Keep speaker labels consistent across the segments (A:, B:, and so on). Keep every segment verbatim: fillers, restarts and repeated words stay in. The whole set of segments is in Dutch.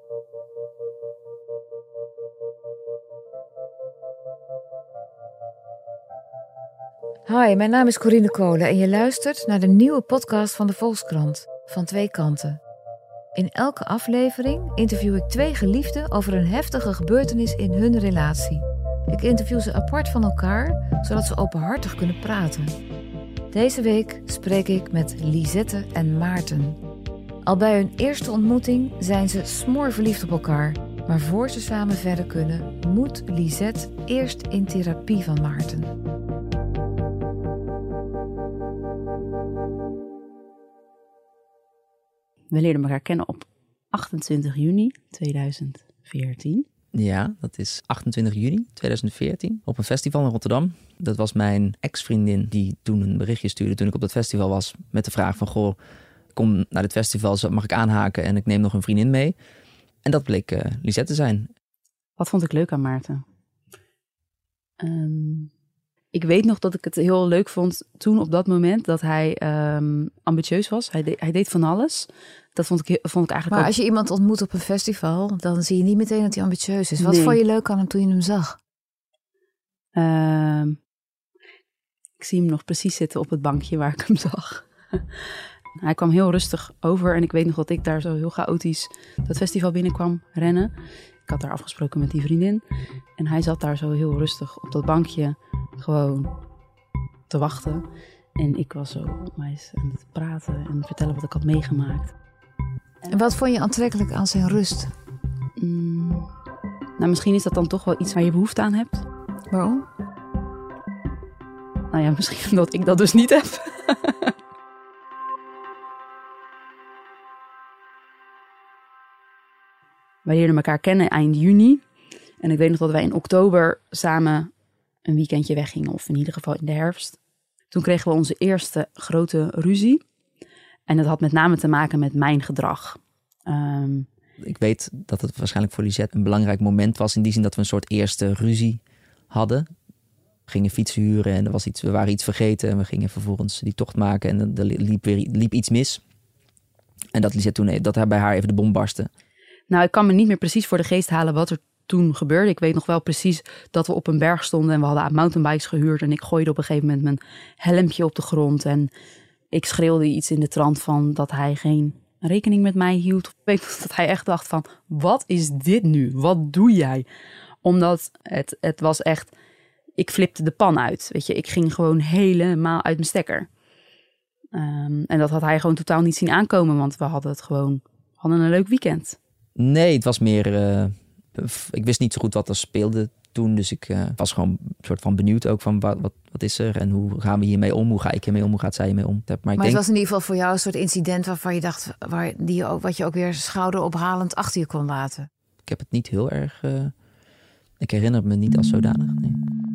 A: Hi, mijn naam is Corine Kolen en je luistert naar de nieuwe podcast van de Volkskrant, Van Twee Kanten. In elke aflevering interview ik twee geliefden over een heftige gebeurtenis in hun relatie. Ik interview ze apart van elkaar, zodat ze openhartig kunnen praten. Deze week spreek ik met Lisette en Maarten. Al bij hun eerste ontmoeting zijn ze smoorverliefd op elkaar. Maar voor ze samen verder kunnen, moet Lisette eerst in therapie van Maarten.
B: We leerden elkaar kennen op achtentwintig juni tweeduizend veertien.
C: Ja, dat is achtentwintig juni tweeduizend veertien op een festival in Rotterdam. Dat was mijn ex-vriendin die toen een berichtje stuurde toen ik op dat festival was met de vraag van goh, kom naar dit festival, mag ik aanhaken en ik neem nog een vriendin mee. En dat bleek uh, Lisette te zijn.
B: Wat vond ik leuk aan Maarten? Um, ik weet nog dat ik het heel leuk vond toen op dat moment dat hij um, ambitieus was. Hij, de, hij deed van alles. Dat vond ik, vond ik eigenlijk
A: Maar
B: ook...
A: als je iemand ontmoet op een festival, dan zie je niet meteen dat hij ambitieus is. Wat
B: Nee.
A: vond je leuk aan hem toen je hem zag?
B: Uh, ik zie hem nog precies zitten op het bankje waar ik hem zag. Hij kwam heel rustig over en ik weet nog dat ik daar zo heel chaotisch dat festival binnenkwam rennen. Ik had daar afgesproken met die vriendin en hij zat daar zo heel rustig op dat bankje gewoon te wachten. En ik was zo met mij aan het praten en vertellen wat ik had meegemaakt.
A: En wat vond je aantrekkelijk aan zijn rust?
B: Mm, nou, misschien is dat dan toch wel iets waar je behoefte aan hebt.
A: Waarom?
B: Nou ja, misschien omdat ik dat dus niet heb. Wij leerden elkaar kennen eind juni. En ik weet nog dat wij in oktober samen een weekendje weggingen. Of in ieder geval in de herfst. Toen kregen we onze eerste grote ruzie. En dat had met name te maken met mijn gedrag. Um,
C: ik weet dat het waarschijnlijk voor Lisette een belangrijk moment was. In die zin dat we een soort eerste ruzie hadden. We gingen fietsen huren en er was iets, we waren iets vergeten. En we gingen vervolgens die tocht maken en er liep, weer, liep iets mis. En dat Lisette toen, dat hij bij haar even de bom barstte.
B: Nou, ik kan me niet meer precies voor de geest halen wat er toen gebeurde. Ik weet nog wel precies dat we op een berg stonden en we hadden mountainbikes gehuurd. En ik gooide op een gegeven moment mijn helmpje op de grond. En ik schreeuwde iets in de trant van dat hij geen rekening met mij hield. Ik weet nog dat hij echt dacht van, wat is dit nu? Wat doe jij? Omdat het, het was echt, ik flipte de pan uit. Weet je, ik ging gewoon helemaal uit mijn stekker. Um, en dat had hij gewoon totaal niet zien aankomen, want we hadden het gewoon, hadden een leuk weekend.
C: Nee, het was meer... Uh, ik wist niet zo goed wat er speelde toen. Dus ik uh, was gewoon een soort van benieuwd ook van wat, wat, wat is er? En hoe gaan we hiermee om? Hoe ga ik hiermee om? Hoe gaat zij hiermee om? Maar, ik
A: maar
C: denk...
A: het was in ieder geval voor jou een soort incident waarvan je dacht... Waar die je ook, wat je ook weer schouderophalend achter je kon laten.
C: Ik heb het niet heel erg... Uh, ik herinner het me niet als zodanig. Nee.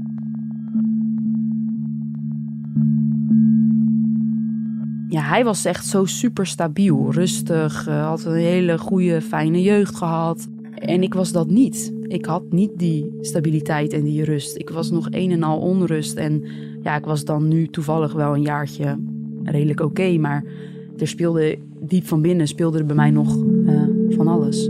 B: Ja, hij was echt zo super stabiel, rustig, uh, had een hele goede, fijne jeugd gehad. En ik was dat niet. Ik had niet die stabiliteit en die rust. Ik was nog een en al onrust. En ja, ik was dan nu toevallig wel een jaartje redelijk oké. Okay, maar er speelde diep van binnen speelde er bij mij nog uh, van alles.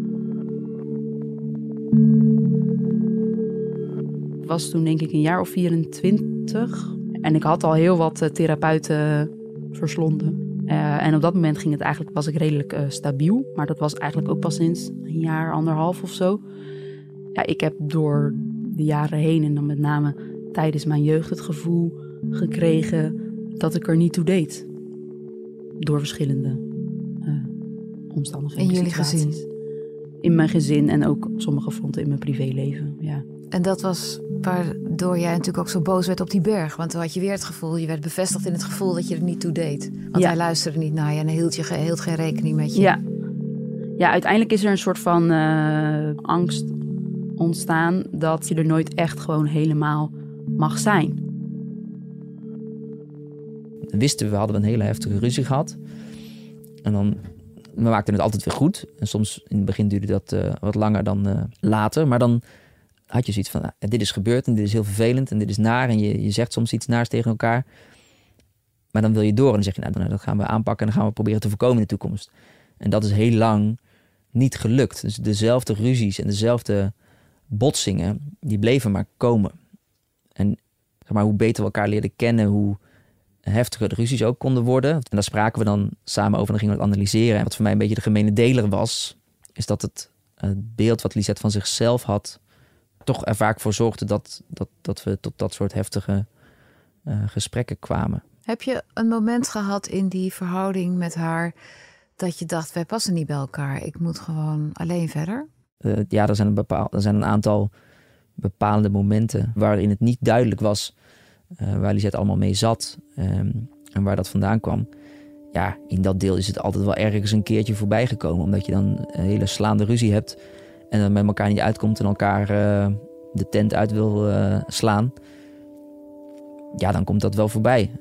B: Ik was toen denk ik een jaar of vierentwintig. En ik had al heel wat uh, therapeuten verslonden. Uh, en op dat moment ging het eigenlijk, was ik redelijk uh, stabiel. Maar dat was eigenlijk ook pas sinds een jaar, anderhalf of zo. Ja, ik heb door de jaren heen en dan met name tijdens mijn jeugd het gevoel gekregen dat ik er niet toe deed. Door verschillende uh, omstandigheden.
A: In jullie
B: situaties.
A: gezin?
B: In mijn gezin en ook op sommige fronten in mijn privéleven, ja.
A: En dat was waardoor jij natuurlijk ook zo boos werd op die berg. Want toen had je weer het gevoel, je werd bevestigd in het gevoel dat je er niet toe deed. Want
B: ja.
A: hij luisterde niet naar je en hij hield, je, hij hield geen rekening met je.
B: Ja. ja, uiteindelijk is er een soort van uh, angst ontstaan dat je er nooit echt gewoon helemaal mag zijn.
C: Wisten we, we hadden een hele heftige ruzie gehad. En dan, we maakten het altijd weer goed. En soms in het begin duurde dat uh, wat langer dan uh, later. Maar dan had je zoiets van, nou, dit is gebeurd en dit is heel vervelend en dit is naar. En je, je zegt soms iets naars tegen elkaar. Maar dan wil je door en dan zeg je, nou, dat gaan we aanpakken en dan gaan we proberen te voorkomen in de toekomst. En dat is heel lang niet gelukt. Dus dezelfde ruzies en dezelfde botsingen, die bleven maar komen. En zeg maar, hoe beter we elkaar leerden kennen, hoe heftiger de ruzies ook konden worden. En daar spraken we dan samen over en dan gingen we het analyseren. En wat voor mij een beetje de gemene deler was, is dat het, het beeld wat Lisette van zichzelf had, toch er vaak voor zorgde dat, dat, dat we tot dat soort heftige uh, gesprekken kwamen.
A: Heb je een moment gehad in die verhouding met haar dat je dacht, wij passen niet bij elkaar, ik moet gewoon alleen verder?
C: Uh, ja, er zijn, een bepaal, er zijn een aantal bepalende momenten waarin het niet duidelijk was uh, waar Lisette allemaal mee zat um, en waar dat vandaan kwam. Ja, in dat deel is het altijd wel ergens een keertje voorbij gekomen, omdat je dan een hele slaande ruzie hebt en dan met elkaar niet uitkomt en elkaar uh, de tent uit wil uh, slaan. Ja, dan komt dat wel voorbij.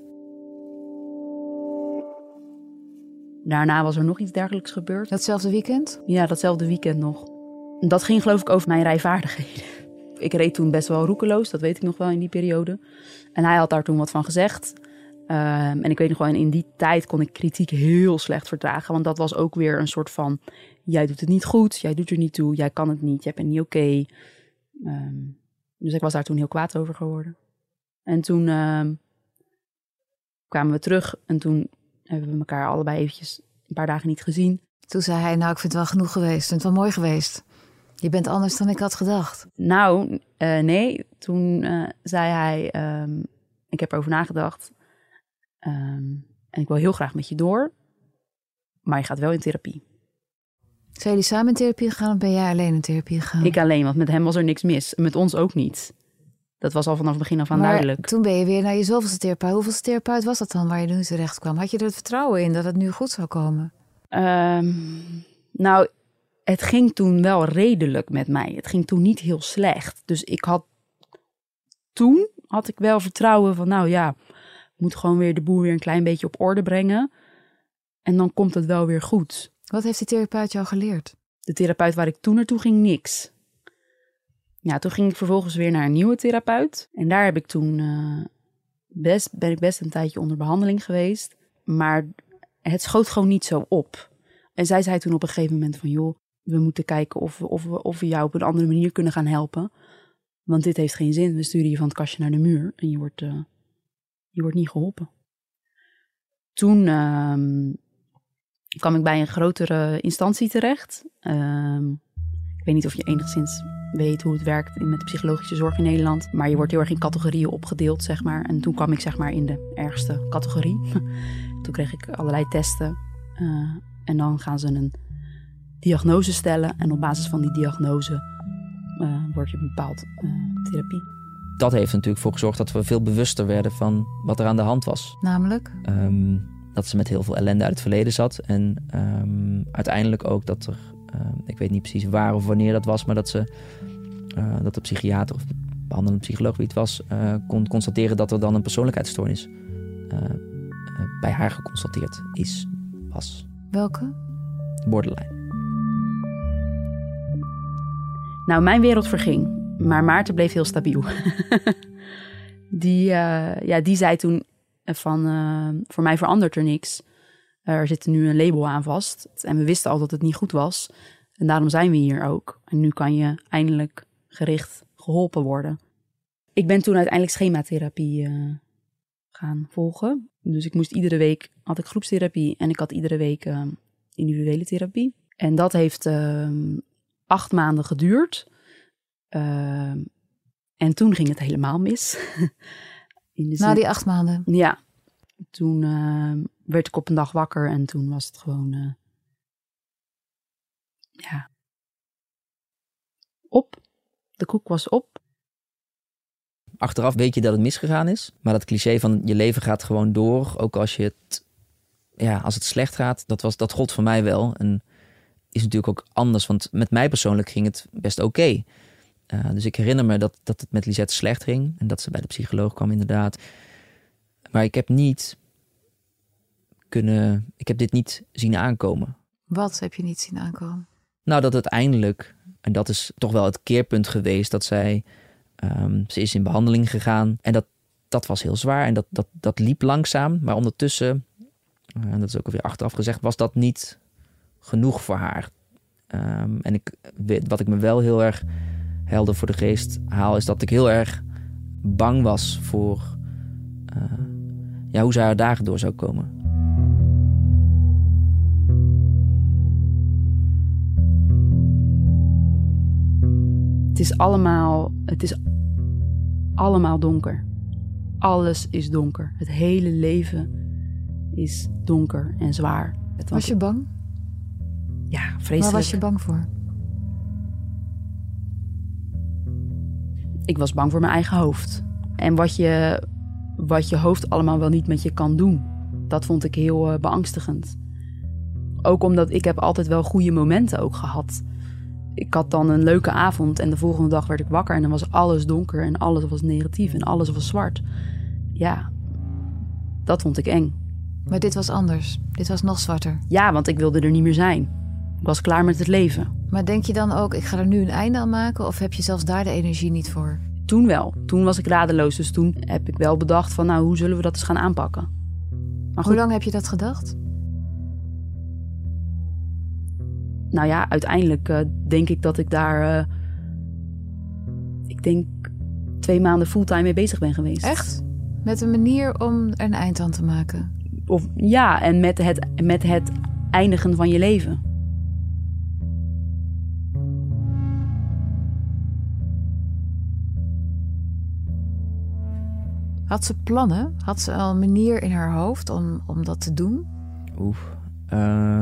B: Daarna was er nog iets dergelijks gebeurd.
A: Datzelfde weekend?
B: Ja, datzelfde weekend nog. Dat ging geloof ik over mijn rijvaardigheden. Ik reed toen best wel roekeloos, dat weet ik nog wel in die periode. En hij had daar toen wat van gezegd. Um, en ik weet nog wel, in die tijd kon ik kritiek heel slecht verdragen. Want dat was ook weer een soort van, jij doet het niet goed, jij doet er niet toe, jij kan het niet, jij bent niet oké. Okay. Um, dus ik was daar toen heel kwaad over geworden. En toen um, kwamen we terug en toen hebben we elkaar allebei eventjes een paar dagen niet gezien.
A: Toen zei hij, nou, ik vind het wel genoeg geweest. Ik vind het wel mooi geweest. Je bent anders dan ik had gedacht.
B: Nou, uh, nee. Toen uh, zei hij, um, ik heb erover nagedacht. Um, en ik wil heel graag met je door. Maar je gaat wel in therapie.
A: Zijn jullie samen in therapie gegaan of ben jij alleen in therapie gegaan?
B: Ik alleen, want met hem was er niks mis. Met ons ook niet. Dat was al vanaf het begin af aan
A: maar
B: duidelijk.
A: Toen ben je weer naar je zoveelste therapeut. Hoeveelste therapeut was dat dan waar je nu terecht kwam? Had je er het vertrouwen in dat het nu goed zou komen?
B: Um, nou, het ging toen wel redelijk met mij. Het ging toen niet heel slecht. Dus ik had toen had ik wel vertrouwen van, nou ja, ik moet gewoon weer de boel weer een klein beetje op orde brengen. En dan komt het wel weer goed.
A: Wat heeft die therapeut jou geleerd?
B: De therapeut waar ik toen naartoe ging, niks. Ja, toen ging ik vervolgens weer naar een nieuwe therapeut. En daar heb ik toen uh, best, ben ik best een tijdje onder behandeling geweest. Maar het schoot gewoon niet zo op. En zij zei toen op een gegeven moment van, joh, we moeten kijken of we, of we, of we jou op een andere manier kunnen gaan helpen. Want dit heeft geen zin. We sturen je van het kastje naar de muur en je wordt, uh, je wordt niet geholpen. Toen uh, kwam ik bij een grotere instantie terecht. Uh, ik weet niet of je enigszins weet hoe het werkt met de psychologische zorg in Nederland. Maar je wordt heel erg in categorieën opgedeeld, zeg maar. En toen kwam ik zeg maar in de ergste categorie. Toen kreeg ik allerlei testen. Uh, en dan gaan ze een diagnose stellen. En op basis van die diagnose uh, word je bepaald uh, therapie.
C: Dat heeft er natuurlijk voor gezorgd dat we veel bewuster werden van wat er aan de hand was.
A: Namelijk?
C: Um, dat ze met heel veel ellende uit het verleden zat. En um, uiteindelijk ook dat er, uh, ik weet niet precies waar of wanneer dat was, maar dat ze, uh, dat de psychiater of behandelende psycholoog wie het was, uh, kon constateren dat er dan een persoonlijkheidsstoornis uh, uh, bij haar geconstateerd is, was.
A: Welke?
C: Borderline.
B: Nou, mijn wereld verging. Maar Maarten bleef heel stabiel. die, uh, ja, die zei toen van, uh, voor mij verandert er niks. Er zit nu een label aan vast. En we wisten al dat het niet goed was. En daarom zijn we hier ook. En nu kan je eindelijk gericht geholpen worden. Ik ben toen uiteindelijk schematherapie uh, gaan volgen. Dus ik moest iedere week, had ik groepstherapie. En ik had iedere week uh, individuele therapie. En dat heeft uh, acht maanden geduurd. Uh, en toen ging het helemaal mis. In de zin...
A: Na die acht maanden?
B: Ja. Toen uh, werd ik op een dag wakker en toen was het gewoon... Uh, ja. Op. De koek was op.
C: Achteraf weet je dat het misgegaan is. Maar dat cliché van je leven gaat gewoon door. Ook als je het... Ja, als het slecht gaat. Dat, was, dat gold voor mij wel. En is natuurlijk ook anders. Want met mij persoonlijk ging het best oké. Okay. Uh, dus ik herinner me dat, dat het met Lisette slecht ging. En dat ze bij de psycholoog kwam inderdaad. Maar ik heb niet kunnen... Ik heb dit niet zien aankomen.
A: Wat heb je niet zien aankomen?
C: Nou, dat uiteindelijk... En dat is toch wel het keerpunt geweest dat zij... Um, ze is in behandeling gegaan. En dat, dat was heel zwaar. En dat, dat, dat liep langzaam. Maar ondertussen... Uh, en dat is ook alweer achteraf gezegd... was dat niet genoeg voor haar. Um, en ik, wat ik me wel heel erg helder voor de geest haal, is dat ik heel erg bang was voor uh, ja, hoe zij haar dagen door zou komen.
B: Het is allemaal, het is allemaal donker. Alles is donker. Het hele leven is donker en zwaar.
A: Was je bang?
B: Ja, vreselijk.
A: Waar was je bang voor?
B: Ik was bang voor mijn eigen hoofd. En wat je, wat je hoofd allemaal wel niet met je kan doen. Dat vond ik heel uh, beangstigend. Ook omdat ik heb altijd wel goede momenten ook gehad. Ik had dan een leuke avond en de volgende dag werd ik wakker en dan was alles donker en alles was negatief en alles was zwart. Ja, dat vond ik eng.
A: Maar dit was anders. Dit was nog zwarter.
B: Ja, want ik wilde er niet meer zijn. Ik was klaar met het leven.
A: Maar denk je dan ook, ik ga er nu een einde aan maken? Of heb je zelfs daar de energie niet voor?
B: Toen wel. Toen was ik radeloos. Dus toen heb ik wel bedacht van, nou, hoe zullen we dat eens gaan aanpakken? Maar
A: hoe lang heb je dat gedacht?
B: Nou ja, uiteindelijk uh, denk ik dat ik daar... Uh, ik denk twee maanden fulltime mee bezig ben geweest.
A: Echt? Met een manier om er een eind aan te maken?
B: Of, ja, en met het, met het eindigen van je leven.
A: Had ze plannen? Had ze al een manier in haar hoofd om, om dat te doen?
C: Oeh. Uh...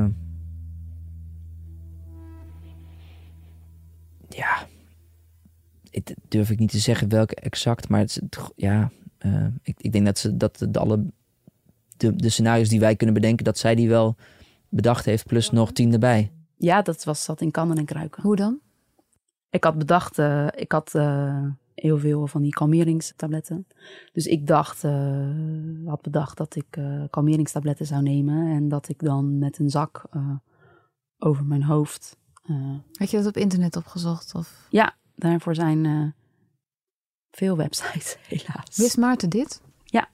C: Ja. Het durf ik niet te zeggen welke exact, maar het is, ja, uh, ik, ik denk dat ze dat de, alle de, de scenario's die wij kunnen bedenken, dat zij die wel bedacht heeft, plus nog tien erbij.
B: Ja, dat was zat in kannen en kruiken.
A: Hoe dan?
B: Ik had bedacht, uh, ik had uh, heel veel van die kalmeringstabletten. Dus ik dacht, uh, had bedacht dat ik uh, kalmeringstabletten zou nemen en dat ik dan met een zak uh, over mijn hoofd. Uh,
A: Had je dat op internet opgezocht? Of?
B: Ja, daarvoor zijn uh, veel websites, helaas.
A: Wist Maarten dit?
B: Ja.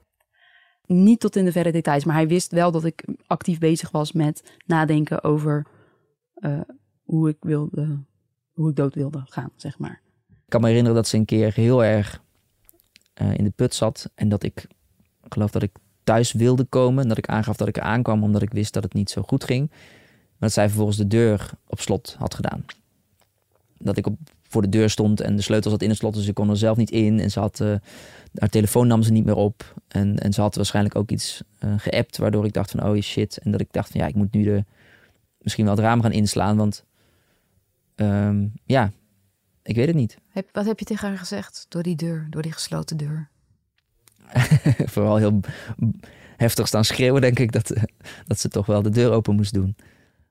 B: Niet tot in de verre details, maar hij wist wel dat ik actief bezig was met nadenken over uh, hoe ik wilde, hoe ik dood wilde gaan, zeg maar.
C: Ik kan me herinneren dat ze een keer heel erg uh, in de put zat en dat ik, ik geloof dat ik thuis wilde komen en dat ik aangaf dat ik er aankwam omdat ik wist dat het niet zo goed ging. Maar dat zij vervolgens de deur op slot had gedaan. Dat ik op, voor de deur stond en de sleutel zat in het slot, dus ik kon er zelf niet in. En ze had, uh, haar telefoon nam ze niet meer op. En, en ze had waarschijnlijk ook iets uh, geappt, waardoor ik dacht van, oh shit. En dat ik dacht van, ja, ik moet nu de, misschien wel het raam gaan inslaan, want um, ja, ik weet het niet.
A: Heb, wat heb je tegen haar gezegd door die deur, door die gesloten deur?
C: Vooral heel heftig staan schreeuwen, denk ik, dat, uh, dat ze toch wel de deur open moest doen.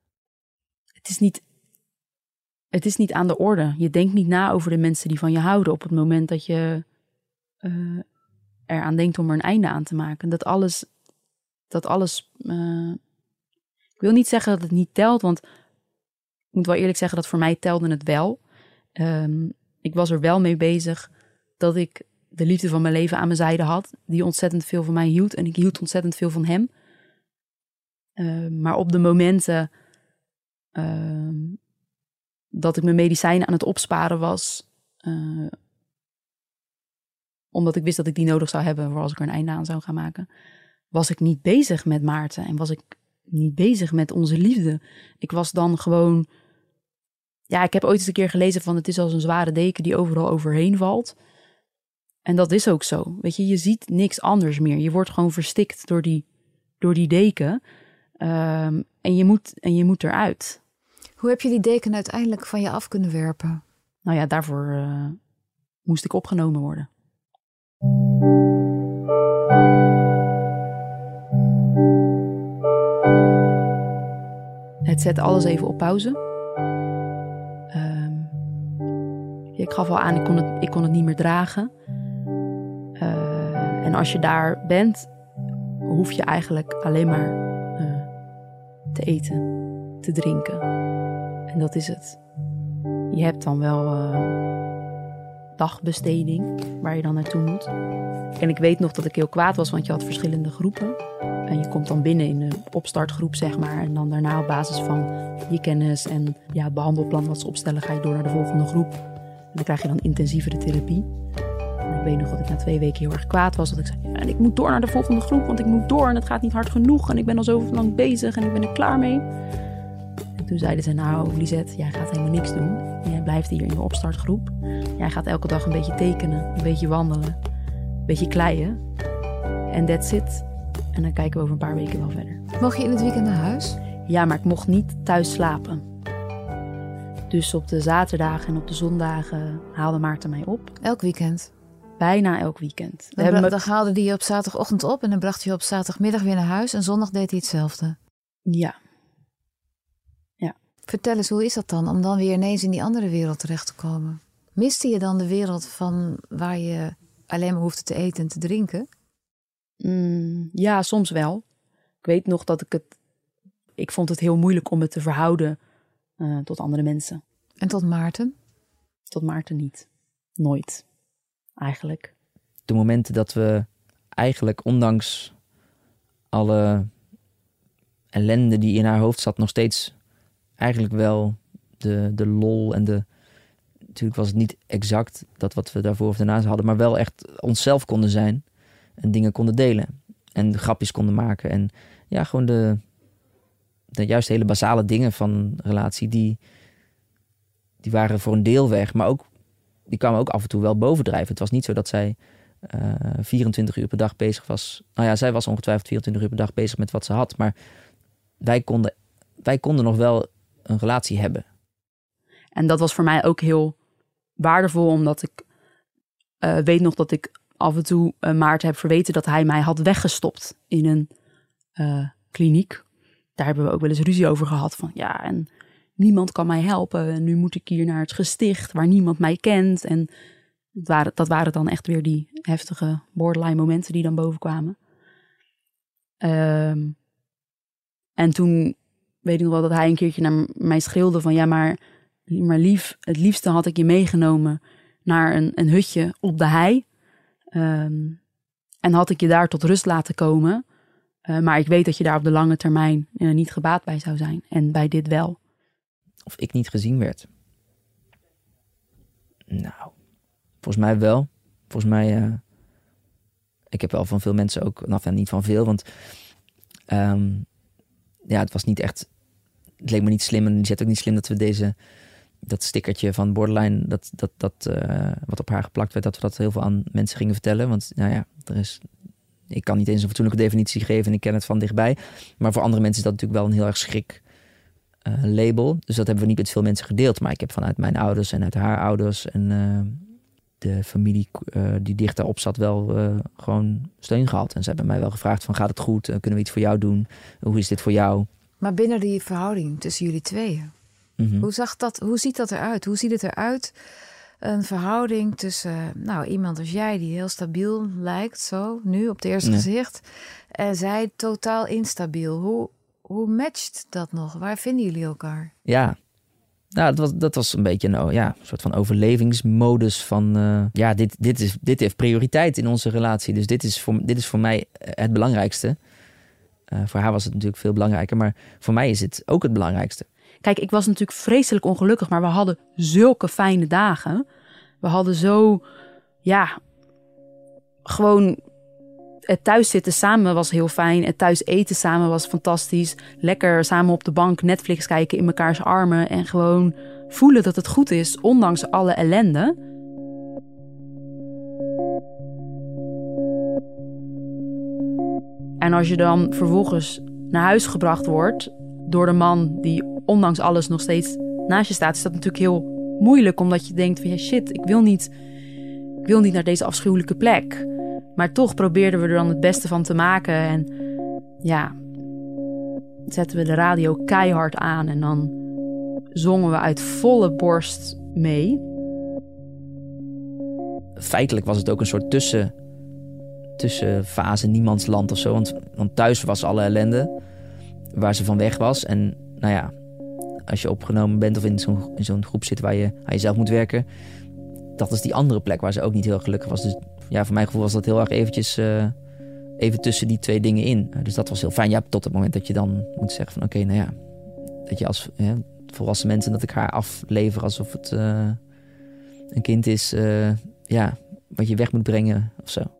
B: Het is niet, het is niet aan de orde. Je denkt niet na over de mensen die van je houden op het moment dat je uh, eraan denkt om er een einde aan te maken. Dat alles, dat alles, uh, ik wil niet zeggen dat het niet telt, want ik moet wel eerlijk zeggen dat voor mij telde het wel. Um, ik was er wel mee bezig dat ik de liefde van mijn leven aan mijn zijde had, die ontzettend veel van mij hield en ik hield ontzettend veel van hem. Uh, maar op de momenten Uh, dat ik mijn medicijnen aan het opsparen was. Uh, omdat ik wist dat ik die nodig zou hebben voor als ik er een einde aan zou gaan maken. Was ik niet bezig met Maarten en was ik niet bezig met onze liefde. Ik was dan gewoon... Ja, ik heb ooit eens een keer gelezen van het is als een zware deken die overal overheen valt. En dat is ook zo. Weet je, je ziet niks anders meer. Je wordt gewoon verstikt door die, door die deken. Um, en, je moet, en je moet eruit.
A: Hoe heb je die deken uiteindelijk van je af kunnen werpen?
B: Nou ja, daarvoor uh, moest ik opgenomen worden. Het zet alles even op pauze. Um, ik gaf al aan, ik kon het, ik kon het niet meer dragen. Uh, en als je daar bent, hoef je eigenlijk alleen maar uh, te eten, te drinken. En dat is het. Je hebt dan wel uh, dagbesteding waar je dan naartoe moet. En ik weet nog dat ik heel kwaad was, want je had verschillende groepen. En je komt dan binnen in een opstartgroep, zeg maar. En dan daarna op basis van je kennis en ja, het behandelplan wat ze opstellen, ga je door naar de volgende groep. En dan krijg je dan intensievere therapie. En ik weet nog dat ik na twee weken heel erg kwaad was. Dat ik zei, ja, en ik moet door naar de volgende groep, want ik moet door en het gaat niet hard genoeg. En ik ben al zo lang bezig en ik ben er klaar mee. En toen zeiden ze, nou Lisette, jij gaat helemaal niks doen. Jij blijft hier in de opstartgroep. Jij gaat elke dag een beetje tekenen, een beetje wandelen, een beetje kleien. En that's it. En dan kijken we over een paar weken wel verder.
A: Mocht je in het weekend naar huis?
B: Ja, maar ik mocht niet thuis slapen. Dus op de zaterdagen en op de zondagen haalde Maarten mij op.
A: Elk weekend?
B: Bijna elk weekend. We
A: Dan,
B: hebben
A: bra-
B: me...
A: dan haalde hij je op zaterdagochtend op en dan bracht hij je op zaterdagmiddag weer naar huis. En zondag deed hij hetzelfde.
B: Ja. Ja.
A: Vertel eens, hoe is dat dan om dan weer ineens in die andere wereld terecht te komen? Miste je dan de wereld van waar je alleen maar hoefde te eten en te drinken?
B: Mm, ja, soms wel. Ik weet nog dat ik het... Ik vond het heel moeilijk om het te verhouden uh, tot andere mensen.
A: En tot Maarten?
B: Tot Maarten niet. Nooit. Eigenlijk.
C: De momenten dat we eigenlijk, ondanks alle ellende die in haar hoofd zat, nog steeds eigenlijk wel de, de lol en de... Natuurlijk was het niet exact dat wat we daarvoor of daarna hadden, maar wel echt onszelf konden zijn en dingen konden delen. En grapjes konden maken. En ja, gewoon de, de juist hele basale dingen van een relatie, die, die waren voor een deel weg, maar ook, die kwamen ook af en toe wel bovendrijven. Het was niet zo dat zij uh, vierentwintig uur per dag bezig was. Nou ja, zij was ongetwijfeld vierentwintig uur per dag bezig met wat ze had, maar wij konden, wij konden nog wel een relatie hebben.
B: En dat was voor mij ook heel waardevol, omdat ik uh, weet nog dat ik af en toe uh, Maarten heb verweten dat hij mij had weggestopt in een uh, kliniek. Daar hebben we ook wel eens ruzie over gehad. Van ja, en niemand kan mij helpen. En nu moet ik hier naar het gesticht waar niemand mij kent. En dat waren, dat waren dan echt weer die heftige borderline momenten die dan boven kwamen. Um, en toen weet ik nog wel dat hij een keertje naar mij schreeuwde van ja, maar, maar lief, het liefste had ik je meegenomen naar een, een hutje op de hei. Um, en had ik je daar tot rust laten komen. Uh, maar ik weet dat je daar op de lange termijn uh, niet gebaat bij zou zijn. En bij dit wel.
C: Of ik niet gezien werd. Nou, volgens mij wel. Volgens mij, uh, ik heb wel van veel mensen ook, nou niet van veel, want um, ja, het was niet echt, het leek me niet slim en die zet ook niet slim dat we deze, dat stickertje van borderline, dat, dat, dat uh, wat op haar geplakt werd, dat we dat heel veel aan mensen gingen vertellen. Want nou ja, er is, ik kan niet eens een fatsoenlijke definitie geven en ik ken het van dichtbij. Maar voor andere mensen is dat natuurlijk wel een heel erg schrik uh, label. Dus dat hebben we niet met veel mensen gedeeld. Maar ik heb vanuit mijn ouders en uit haar ouders en uh, de familie uh, die dicht daarop zat wel uh, gewoon steun gehad. En ze hebben mij wel gevraagd van gaat het goed? Uh, kunnen we iets voor jou doen? Hoe is dit voor jou?
A: Maar binnen die verhouding tussen jullie tweeën, mm-hmm. hoe zag dat, hoe ziet dat eruit? Hoe ziet het eruit? Een verhouding tussen nou, iemand als jij die heel stabiel lijkt, zo nu op het eerste nee. gezicht. En zij totaal instabiel. Hoe, hoe matcht dat nog? Waar vinden jullie elkaar?
C: Ja, nou, dat, was, dat was een beetje een, ja, een soort van overlevingsmodus van uh, ja, dit, dit, is, dit heeft prioriteit in onze relatie. Dus dit is voor, dit is voor mij het belangrijkste. Uh, voor haar was het natuurlijk veel belangrijker, maar voor mij is het ook het belangrijkste.
B: Kijk, ik was natuurlijk vreselijk ongelukkig, maar we hadden zulke fijne dagen. We hadden zo, ja, gewoon het thuis zitten samen was heel fijn. Het thuis eten samen was fantastisch. Lekker samen op de bank Netflix kijken in mekaars armen en gewoon voelen dat het goed is, ondanks alle ellende. En als je dan vervolgens naar huis gebracht wordt door de man die ondanks alles nog steeds naast je staat, is dat natuurlijk heel moeilijk, omdat je denkt van ja shit, ik wil niet, ik wil niet naar deze afschuwelijke plek. Maar toch probeerden we er dan het beste van te maken en ja, zetten we de radio keihard aan en dan zongen we uit volle borst mee.
C: Feitelijk was het ook een soort tussen, tussenfase, niemandsland of zo, want, want thuis was alle ellende waar ze van weg was. En nou ja, als je opgenomen bent of in zo'n, in zo'n groep zit waar je aan jezelf moet werken, dat is die andere plek waar ze ook niet heel gelukkig was. Dus ja, voor mijn gevoel was dat heel erg eventjes uh, even tussen die twee dingen in. Uh, dus dat was heel fijn. Ja, tot het moment dat je dan moet zeggen van oké, okay, nou ja, dat je als ja, volwassen mensen, dat ik haar aflever alsof het uh, een kind is, uh, ja, wat je weg moet brengen of zo.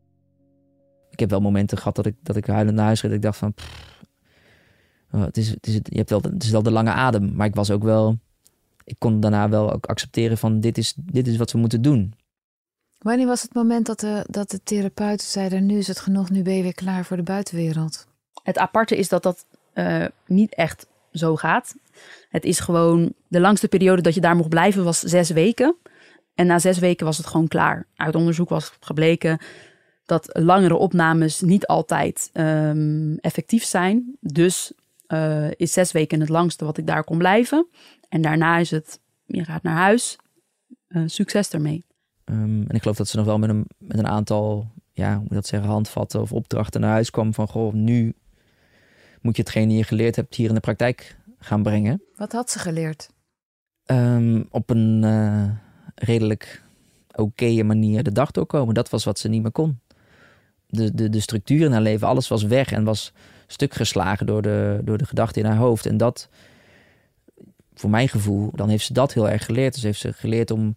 C: Ik heb wel momenten gehad dat ik, dat ik huilend naar huis reed. Dat ik dacht van, pff, oh, het is, het is, je hebt wel, het is wel de lange adem. Maar ik was ook wel, ik kon daarna wel ook accepteren van dit is, dit is wat we moeten doen.
A: Wanneer was het moment dat de, dat de therapeut zei, nu is het genoeg, nu ben je weer klaar voor de buitenwereld?
B: Het aparte is dat dat uh, niet echt zo gaat. Het is gewoon, de langste periode dat je daar mocht blijven was zes weken. En na zes weken was het gewoon klaar. Uit onderzoek was gebleken dat langere opnames niet altijd um, effectief zijn. Dus uh, is zes weken het langste wat ik daar kon blijven. En daarna is het, je gaat naar huis, uh, succes ermee.
C: Um, en ik geloof dat ze nog wel met een, met een aantal, ja, hoe moet je dat zeggen, handvatten of opdrachten naar huis kwam van, goh, nu moet je hetgene je geleerd hebt hier in de praktijk gaan brengen.
A: Wat had ze geleerd?
C: Um, op een uh, redelijk oké manier de dag doorkomen. Dat was wat ze niet meer kon. De, de, de structuur in haar leven, alles was weg en was stuk geslagen door de, door de gedachten in haar hoofd. En dat, voor mijn gevoel, dan heeft ze dat heel erg geleerd. Dus heeft ze geleerd om,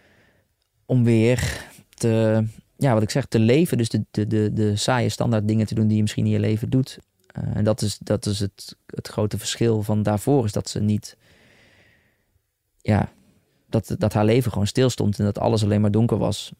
C: om weer te, ja, wat ik zeg, te leven. Dus de, de, de, de saaie standaard dingen te doen die je misschien in je leven doet. Uh, en dat is, dat is het, het grote verschil van daarvoor, is dat ze niet, ja, dat, dat haar leven gewoon stilstond en dat alles alleen maar donker was.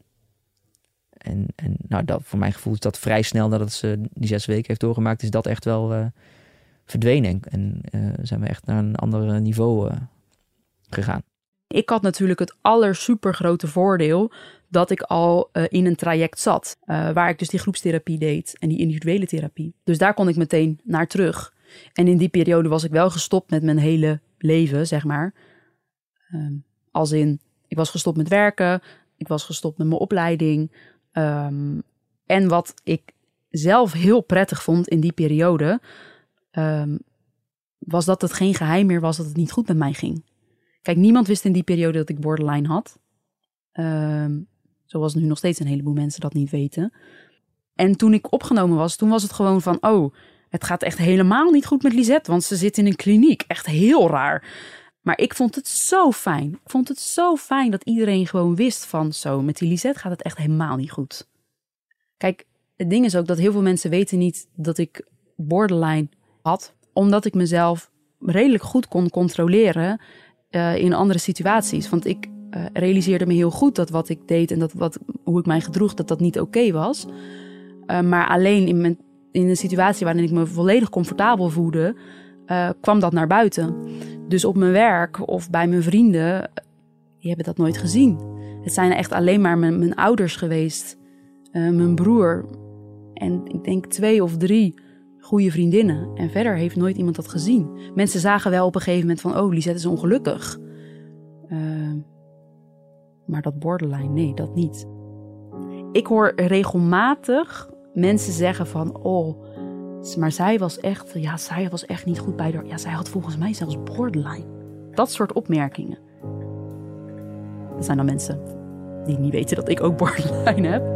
C: En, en nou, dat, voor mijn gevoel is dat vrij snel nadat ze die zes weken heeft doorgemaakt, is dat echt wel uh, verdwenen. En uh, zijn we echt naar een ander niveau uh, gegaan.
B: Ik had natuurlijk het aller supergrote voordeel dat ik al uh, in een traject zat. Uh, waar ik dus die groepstherapie deed en die individuele therapie. Dus daar kon ik meteen naar terug. En in die periode was ik wel gestopt met mijn hele leven, zeg maar. Um, als in, ik was gestopt met werken. Ik was gestopt met mijn opleiding. Um, en wat ik zelf heel prettig vond in die periode, Um, was dat het geen geheim meer was dat het niet goed met mij ging. Kijk, niemand wist in die periode dat ik borderline had. Um, zoals nu nog steeds een heleboel mensen dat niet weten. En toen ik opgenomen was, toen was het gewoon van, oh, het gaat echt helemaal niet goed met Lisette, want ze zit in een kliniek. Echt heel raar. Maar ik vond het zo fijn. Ik vond het zo fijn dat iedereen gewoon wist van, zo, met die Lisette gaat het echt helemaal niet goed. Kijk, het ding is ook dat heel veel mensen weten niet dat ik borderline had, omdat ik mezelf redelijk goed kon controleren uh, in andere situaties. Want ik uh, realiseerde me heel goed dat wat ik deed en dat wat, hoe ik mij gedroeg, dat dat niet oké was. Uh, maar alleen in, mijn, in een situatie waarin ik me volledig comfortabel voelde, uh, kwam dat naar buiten. Dus op mijn werk of bij mijn vrienden, die hebben dat nooit gezien. Het zijn echt alleen maar mijn, mijn ouders geweest, uh, mijn broer en ik denk twee of drie goede vriendinnen. En verder heeft nooit iemand dat gezien. Mensen zagen wel op een gegeven moment van, oh, Lisette is ongelukkig. Uh, maar dat borderline, nee, dat niet. Ik hoor regelmatig mensen zeggen van, oh, maar zij was echt, ja, zij was echt niet goed bij haar. Ja, zij had volgens mij zelfs borderline. Dat soort opmerkingen. Dat zijn dan mensen die niet weten dat ik ook borderline heb.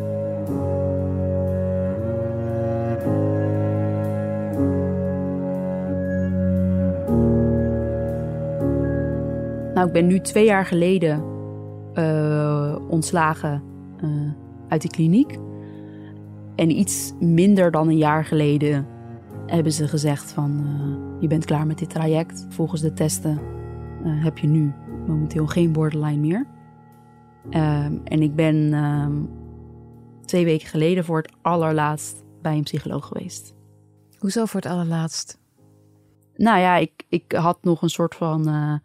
B: Nou, ik ben nu twee jaar geleden uh, ontslagen uh, uit die kliniek. En iets minder dan een jaar geleden hebben ze gezegd van, uh, je bent klaar met dit traject. Volgens de testen uh, heb je nu momenteel geen borderline meer. Uh, en ik ben uh, twee weken geleden voor het allerlaatst bij een psycholoog geweest.
A: Hoezo voor het allerlaatst?
B: Nou ja, ik, ik had nog een soort van Uh,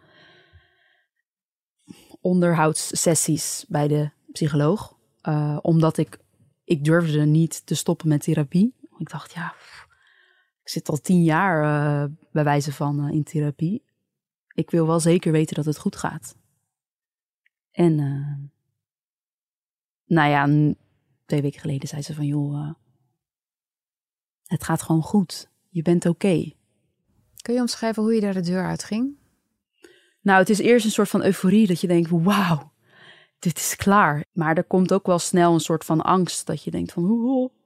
B: onderhoudssessies bij de psycholoog. Uh, omdat ik, ik durfde niet te stoppen met therapie. Ik dacht, ja, pff, ik zit al tien jaar uh, bij wijze van uh, in therapie. Ik wil wel zeker weten dat het goed gaat. En uh, nou ja, twee weken geleden zei ze van, joh, uh, het gaat gewoon goed. Je bent oké. Okay.
A: Kun je omschrijven hoe je daar de deur uitging?
B: Nou, het is eerst een soort van euforie dat je denkt, wauw, dit is klaar. Maar er komt ook wel snel een soort van angst dat je denkt van, oh,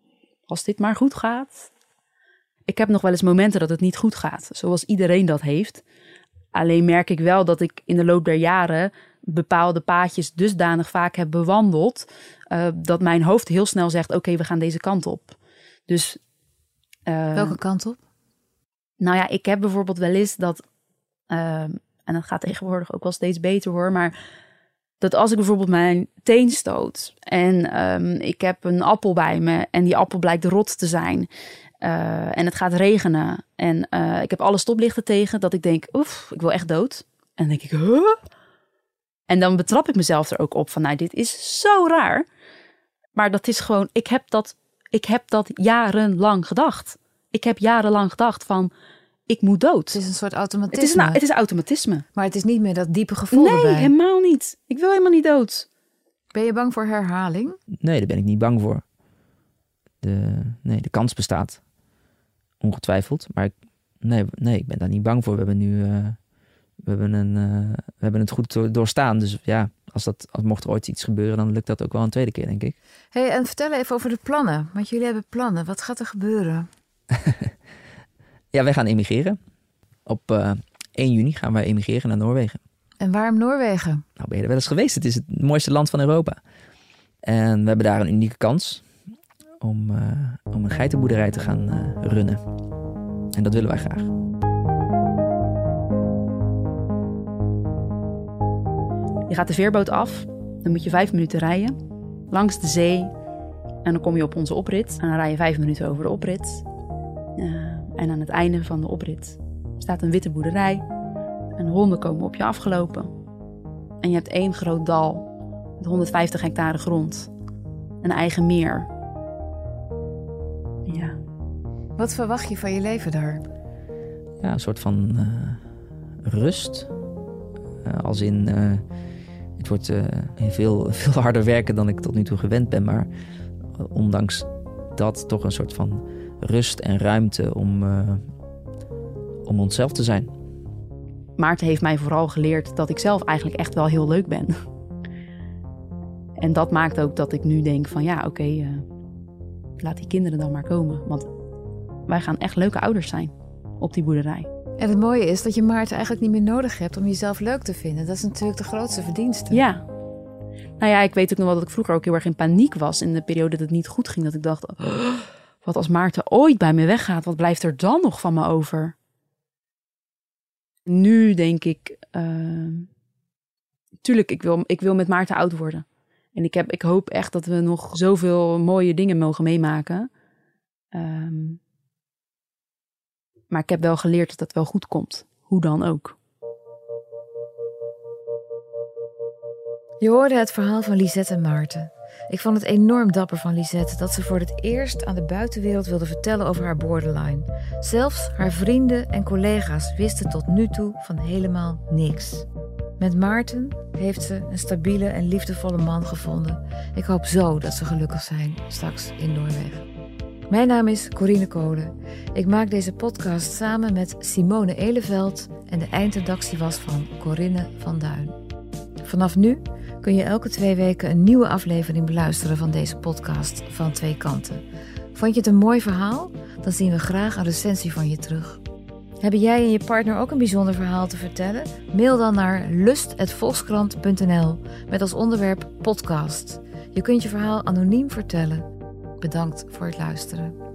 B: als dit maar goed gaat. Ik heb nog wel eens momenten dat het niet goed gaat, zoals iedereen dat heeft. Alleen merk ik wel dat ik in de loop der jaren bepaalde paadjes dusdanig vaak heb bewandeld, uh, dat mijn hoofd heel snel zegt, oké, okay, we gaan deze kant op. Dus, uh,
A: welke kant op?
B: Nou ja, ik heb bijvoorbeeld wel eens dat, uh, en dat gaat tegenwoordig ook wel steeds beter hoor, maar dat als ik bijvoorbeeld mijn teen stoot en um, ik heb een appel bij me en die appel blijkt rot te zijn uh, en het gaat regenen en uh, ik heb alle stoplichten tegen, dat ik denk, oef, ik wil echt dood. En dan denk ik, huh? En dan betrap ik mezelf er ook op van, nou, dit is zo raar. Maar dat is gewoon, ik heb dat, ik heb dat jarenlang gedacht. Ik heb jarenlang gedacht van, ik moet dood.
A: Het is een soort automatisme.
B: Het is, nou, het is automatisme.
A: Maar het is niet meer dat diepe gevoel
B: Nee,
A: erbij.
B: helemaal niet. Ik wil helemaal niet dood.
A: Ben je bang voor herhaling?
C: Nee, daar ben ik niet bang voor. De, nee, de kans bestaat. Ongetwijfeld. Maar ik, nee, nee, ik ben daar niet bang voor. We hebben nu... Uh, we, hebben een, uh, we hebben het goed doorstaan. Dus ja, als dat, als mocht er ooit iets gebeuren, dan lukt dat ook wel een tweede keer, denk ik.
A: Hey, en vertel even over de plannen. Want jullie hebben plannen. Wat gaat er gebeuren?
C: Ja, wij gaan emigreren. Op uh, één juni gaan wij emigreren naar Noorwegen.
A: En waarom Noorwegen?
C: Nou, ben je er wel eens geweest? Het is het mooiste land van Europa. En we hebben daar een unieke kans om, uh, om een geitenboerderij te gaan uh, runnen. En dat willen wij graag.
B: Je gaat de veerboot af, dan moet je vijf minuten rijden, langs de zee. En dan kom je op onze oprit. En dan rij je vijf minuten over de oprit. Uh, en aan het einde van de oprit staat een witte boerderij. En honden komen op je afgelopen. En je hebt één groot dal met honderdvijftig hectare grond. Een eigen meer. Ja.
A: Wat verwacht je van je leven daar?
C: Ja, een soort van uh, rust. Uh, als in, uh, het wordt uh, veel, veel harder werken dan ik tot nu toe gewend ben. Maar uh, ondanks dat toch een soort van rust en ruimte om, uh, om onszelf te zijn.
B: Maarten heeft mij vooral geleerd dat ik zelf eigenlijk echt wel heel leuk ben. En dat maakt ook dat ik nu denk van ja, oké, okay, uh, laat die kinderen dan maar komen. Want wij gaan echt leuke ouders zijn op die boerderij.
A: En het mooie is dat je Maarten eigenlijk niet meer nodig hebt om jezelf leuk te vinden. Dat is natuurlijk de grootste verdienste.
B: Ja. Nou ja, ik weet ook nog wel dat ik vroeger ook heel erg in paniek was in de periode dat het niet goed ging. Dat ik dacht, oh, wat als Maarten ooit bij me weggaat, wat blijft er dan nog van me over? Nu denk ik, uh, tuurlijk, ik wil, ik wil met Maarten oud worden. En ik, heb, ik hoop echt dat we nog zoveel mooie dingen mogen meemaken. Um, maar ik heb wel geleerd dat dat wel goed komt. Hoe dan ook.
A: Je hoorde het verhaal van Lisette en Maarten. Ik vond het enorm dapper van Lisette dat ze voor het eerst aan de buitenwereld wilde vertellen over haar borderline. Zelfs haar vrienden en collega's wisten tot nu toe van helemaal niks. Met Maarten heeft ze een stabiele en liefdevolle man gevonden. Ik hoop zo dat ze gelukkig zijn straks in Noorwegen. Mijn naam is Corine Kolen. Ik maak deze podcast samen met Simone Eleveld en de eindredactie was van Corinne van Duin. Vanaf nu kun je elke twee weken een nieuwe aflevering beluisteren van deze podcast van Twee Kanten. Vond je het een mooi verhaal? Dan zien we graag een recensie van je terug. Hebben jij en je partner ook een bijzonder verhaal te vertellen? Mail dan naar lust apenstaartje volkskrant punt n l met als onderwerp podcast. Je kunt je verhaal anoniem vertellen. Bedankt voor het luisteren.